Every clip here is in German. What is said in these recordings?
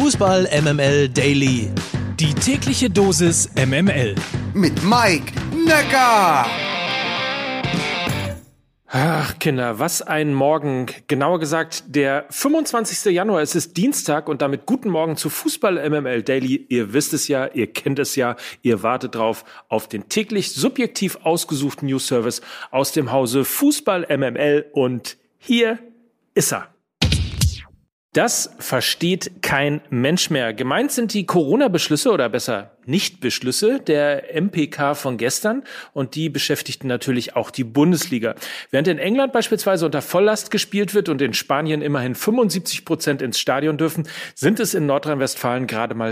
Fußball MML Daily. Die tägliche Dosis MML. Mit Mike Necker. Ach, Kinder, was ein Morgen. Genauer gesagt, der 25. Januar. Es ist Dienstag und damit guten Morgen zu Fußball MML Daily. Ihr wisst es ja, ihr kennt es ja, ihr wartet drauf auf den täglich subjektiv ausgesuchten News-Service aus dem Hause Fußball MML und hier ist er. Das versteht kein Mensch mehr. Gemeint sind die Corona-Beschlüsse oder besser Nicht-Beschlüsse der MPK von gestern und die beschäftigten natürlich auch die Bundesliga. Während in England beispielsweise unter Volllast gespielt wird und in Spanien immerhin 75% ins Stadion dürfen, sind es in Nordrhein-Westfalen gerade mal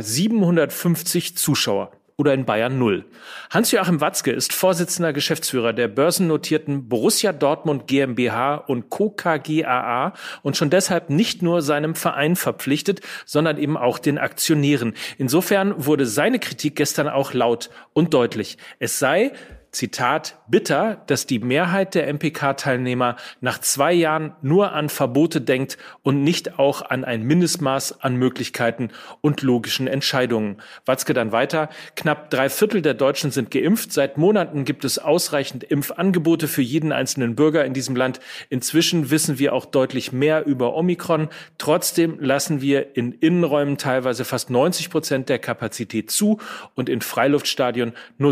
750 Zuschauer. Oder in Bayern 0. Hans-Joachim Watzke ist Vorsitzender Geschäftsführer der börsennotierten Borussia Dortmund GmbH und Co. KGaA und schon deshalb nicht nur seinem Verein verpflichtet, sondern eben auch den Aktionären. Insofern wurde seine Kritik gestern auch laut und deutlich. Es sei, Zitat, bitter, dass die Mehrheit der MPK-Teilnehmer nach 2 Jahren nur an Verbote denkt und nicht auch an ein Mindestmaß an Möglichkeiten und logischen Entscheidungen. Watzke dann weiter, knapp 3/4 der Deutschen sind geimpft. Seit Monaten gibt es ausreichend Impfangebote für jeden einzelnen Bürger in diesem Land. Inzwischen wissen wir auch deutlich mehr über Omikron. Trotzdem lassen wir in Innenräumen teilweise fast 90% der Kapazität zu und in Freiluftstadien nur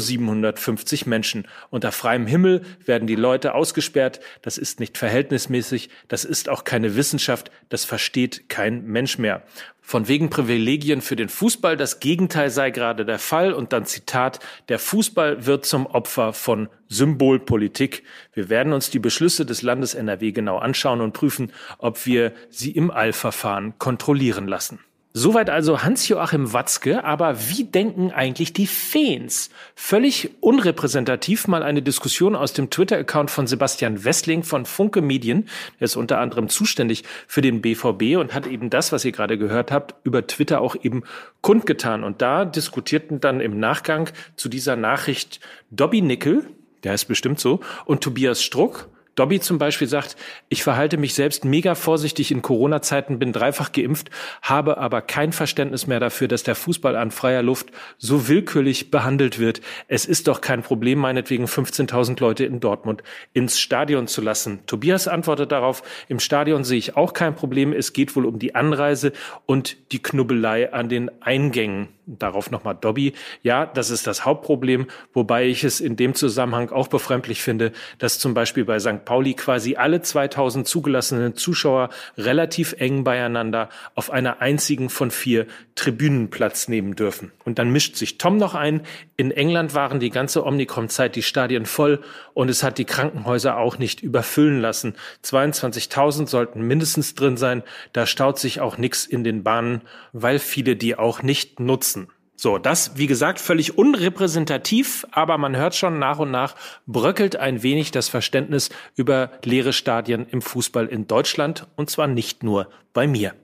750 Menschen. Unter freiem Himmel werden die Leute ausgesperrt. Das ist nicht verhältnismäßig. Das ist auch keine Wissenschaft. Das versteht kein Mensch mehr. Von wegen Privilegien für den Fußball. Das Gegenteil sei gerade der Fall. Und dann Zitat, der Fußball wird zum Opfer von Symbolpolitik. Wir werden uns die Beschlüsse des Landes NRW genau anschauen und prüfen, ob wir sie im Eilverfahren kontrollieren lassen. Soweit also Hans-Joachim Watzke, aber wie denken eigentlich die Fans? Völlig unrepräsentativ mal eine Diskussion aus dem Twitter-Account von Sebastian Wessling von Funke Medien. Er ist unter anderem zuständig für den BVB und hat eben das, was ihr gerade gehört habt, über Twitter auch eben kundgetan. Und da diskutierten dann im Nachgang zu dieser Nachricht Dobby Nickel, der ist bestimmt so, und Tobias Struck. Dobby zum Beispiel sagt, ich verhalte mich selbst mega vorsichtig in Corona-Zeiten, bin 3-fach geimpft, habe aber kein Verständnis mehr dafür, dass der Fußball an freier Luft so willkürlich behandelt wird. Es ist doch kein Problem, meinetwegen 15.000 Leute in Dortmund ins Stadion zu lassen. Tobias antwortet darauf, im Stadion sehe ich auch kein Problem, es geht wohl um die Anreise und die Knubbelei an den Eingängen. Darauf nochmal Dobby. Ja, das ist das Hauptproblem, wobei ich es in dem Zusammenhang auch befremdlich finde, dass zum Beispiel bei St. Pauli quasi alle 2000 zugelassenen Zuschauer relativ eng beieinander auf einer einzigen von 4 Tribünen Platz nehmen dürfen. Und dann mischt sich Tom noch ein. In England waren die ganze Omikron-Zeit die Stadien voll und es hat die Krankenhäuser auch nicht überfüllen lassen. 22.000 sollten mindestens drin sein. Da staut sich auch nichts in den Bahnen, weil viele die auch nicht nutzen. So, das, wie gesagt, völlig unrepräsentativ, aber man hört schon, nach und nach bröckelt ein wenig das Verständnis über leere Stadien im Fußball in Deutschland und zwar nicht nur bei mir.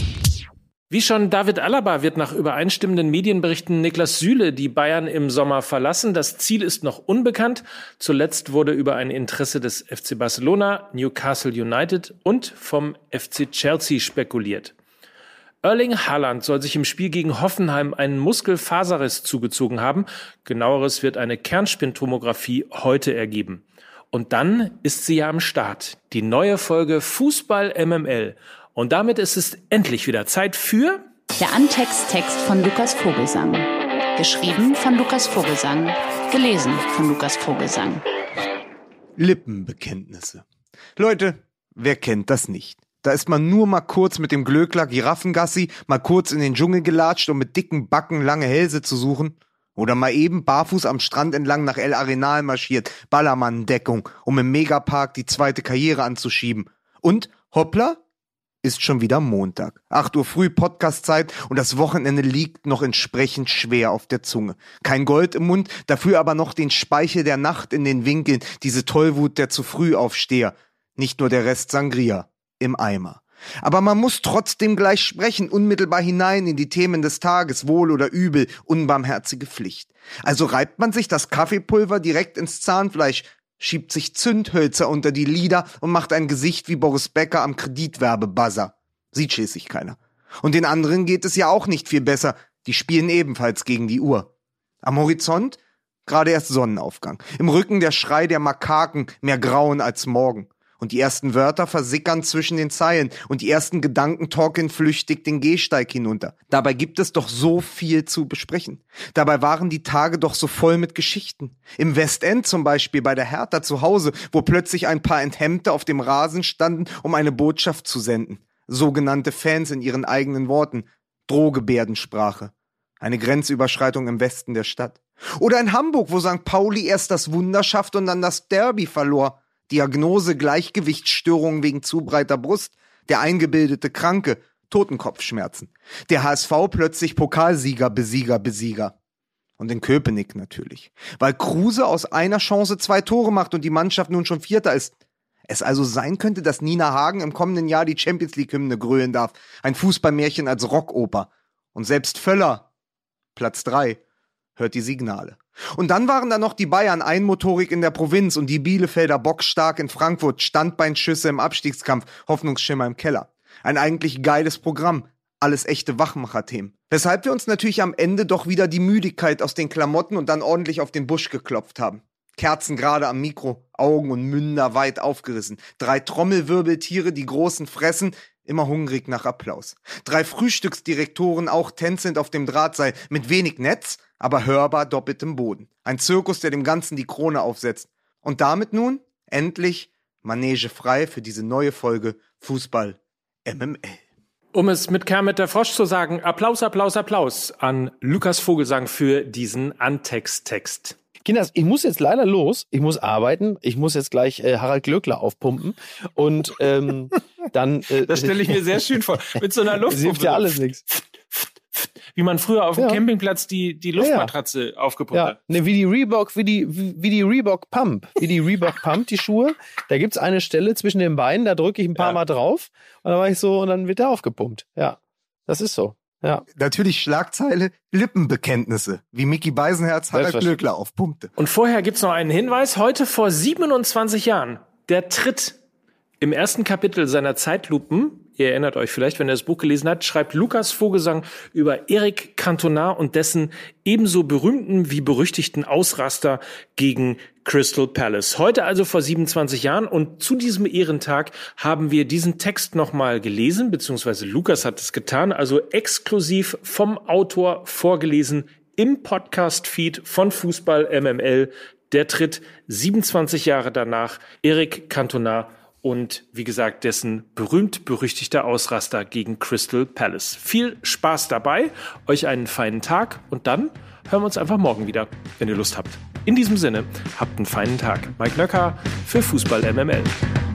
Wie schon David Alaba wird nach übereinstimmenden Medienberichten Niklas Süle die Bayern im Sommer verlassen. Das Ziel ist noch unbekannt. Zuletzt wurde über ein Interesse des FC Barcelona, Newcastle United und vom FC Chelsea spekuliert. Erling Haaland soll sich im Spiel gegen Hoffenheim einen Muskelfaserriss zugezogen haben. Genaueres wird eine Kernspintomographie heute ergeben. Und dann ist sie ja am Start. Die neue Folge Fußball MML. Und damit ist es endlich wieder Zeit für... Der Antext-Text von Lukas Vogelsang. Geschrieben von Lukas Vogelsang. Gelesen von Lukas Vogelsang. Lippenbekenntnisse. Leute, wer kennt das nicht? Da ist man nur mal kurz mit dem Glöckler Giraffengassi, mal kurz in den Dschungel gelatscht, um mit dicken Backen lange Hälse zu suchen. Oder mal eben barfuß am Strand entlang nach El Arenal marschiert, Ballermann-Deckung, um im Megapark die zweite Karriere anzuschieben. Und, hoppla, ist schon wieder Montag. 8 Uhr früh Podcastzeit und das Wochenende liegt noch entsprechend schwer auf der Zunge. Kein Gold im Mund, dafür aber noch den Speichel der Nacht in den Winkeln, diese Tollwut der zu früh Aufsteher. Nicht nur der Rest Sangria im Eimer. Aber man muss trotzdem gleich sprechen, unmittelbar hinein in die Themen des Tages, wohl oder übel, unbarmherzige Pflicht. Also reibt man sich das Kaffeepulver direkt ins Zahnfleisch, schiebt sich Zündhölzer unter die Lider und macht ein Gesicht wie Boris Becker am Kreditwerbebuzzer. Sieht schließlich keiner. Und den anderen geht es ja auch nicht viel besser. Die spielen ebenfalls gegen die Uhr. Am Horizont gerade erst Sonnenaufgang. Im Rücken der Schrei der Makaken, mehr Grauen als morgen. Und die ersten Wörter versickern zwischen den Zeilen und die ersten Gedanken torkeln flüchtig den Gehsteig hinunter. Dabei gibt es doch so viel zu besprechen. Dabei waren die Tage doch so voll mit Geschichten. Im Westend zum Beispiel bei der Hertha zu Hause, wo plötzlich ein paar Enthemmte auf dem Rasen standen, um eine Botschaft zu senden. Sogenannte Fans in ihren eigenen Worten. Drohgebärdensprache. Eine Grenzüberschreitung im Westen der Stadt. Oder in Hamburg, wo St. Pauli erst das Wunder schafft und dann das Derby verlor. Diagnose Gleichgewichtsstörungen wegen zu breiter Brust, der eingebildete Kranke, Totenkopfschmerzen. Der HSV plötzlich Besieger. Und in Köpenick natürlich. Weil Kruse aus einer Chance 2 Tore macht und die Mannschaft nun schon Vierter ist. Es also sein könnte, dass Nina Hagen im kommenden Jahr die Champions-League-Hymne grölen darf. Ein Fußballmärchen als Rockoper. Und selbst Völler, Platz 3, hört die Signale. Und dann waren da noch die Bayern einmotorig in der Provinz und die Bielefelder bockstark in Frankfurt, Standbeinschüsse im Abstiegskampf, Hoffnungsschimmer im Keller. Ein eigentlich geiles Programm, alles echte Wachmacher-Themen. Weshalb wir uns natürlich am Ende doch wieder die Müdigkeit aus den Klamotten und dann ordentlich auf den Busch geklopft haben. Kerzen gerade am Mikro, Augen und Münder weit aufgerissen. 3 Trommelwirbeltiere, die großen fressen, immer hungrig nach Applaus. 3 Frühstücksdirektoren auch tänzelnd auf dem Drahtseil, mit wenig Netz, aber hörbar doppeltem Boden. Ein Zirkus, der dem Ganzen die Krone aufsetzt. Und damit nun, endlich, Manege frei für diese neue Folge Fußball MML. Um es mit Kermit der Frosch zu sagen, Applaus, Applaus, Applaus an Lukas Vogelsang für diesen Antext-Text. Kinders, ich muss jetzt leider los. Ich muss arbeiten. Ich muss jetzt gleich Harald Glöckler aufpumpen. Und dann... das stelle ich mir sehr schön vor. Mit so einer Luftpumpe. Hilft ja alles nichts. Wie man früher auf dem Campingplatz die Luftmatratze aufgepumpt hat. Ne, wie die Reebok Pump. Wie die Reebok Pump, die Schuhe. Da gibt's eine Stelle zwischen den Beinen, da drücke ich ein paar Mal drauf. Und dann war ich so, und dann wird der aufgepumpt. Ja, das ist so. Ja. Natürlich Schlagzeile, Lippenbekenntnisse, wie Micky Beisenherz Harald Glöckler aufpumpte. Und vorher gibt's noch einen Hinweis. Heute vor 27 Jahren, der Tritt im ersten Kapitel seiner Zeitlupen, ihr erinnert euch vielleicht, wenn ihr das Buch gelesen habt, schreibt Lukas Vogelsang über Eric Cantona und dessen ebenso berühmten wie berüchtigten Ausraster gegen Crystal Palace. Heute also vor 27 Jahren und zu diesem Ehrentag haben wir diesen Text nochmal gelesen, beziehungsweise Lukas hat es getan, also exklusiv vom Autor vorgelesen im Podcast-Feed von Fußball MML. Der Tritt 27 Jahre danach, Eric Cantona und wie gesagt, dessen berühmt-berüchtigter Ausraster gegen Crystal Palace. Viel Spaß dabei, euch einen feinen Tag und dann hören wir uns einfach morgen wieder, wenn ihr Lust habt. In diesem Sinne, habt einen feinen Tag. Mike Nöcker für Fußball MML.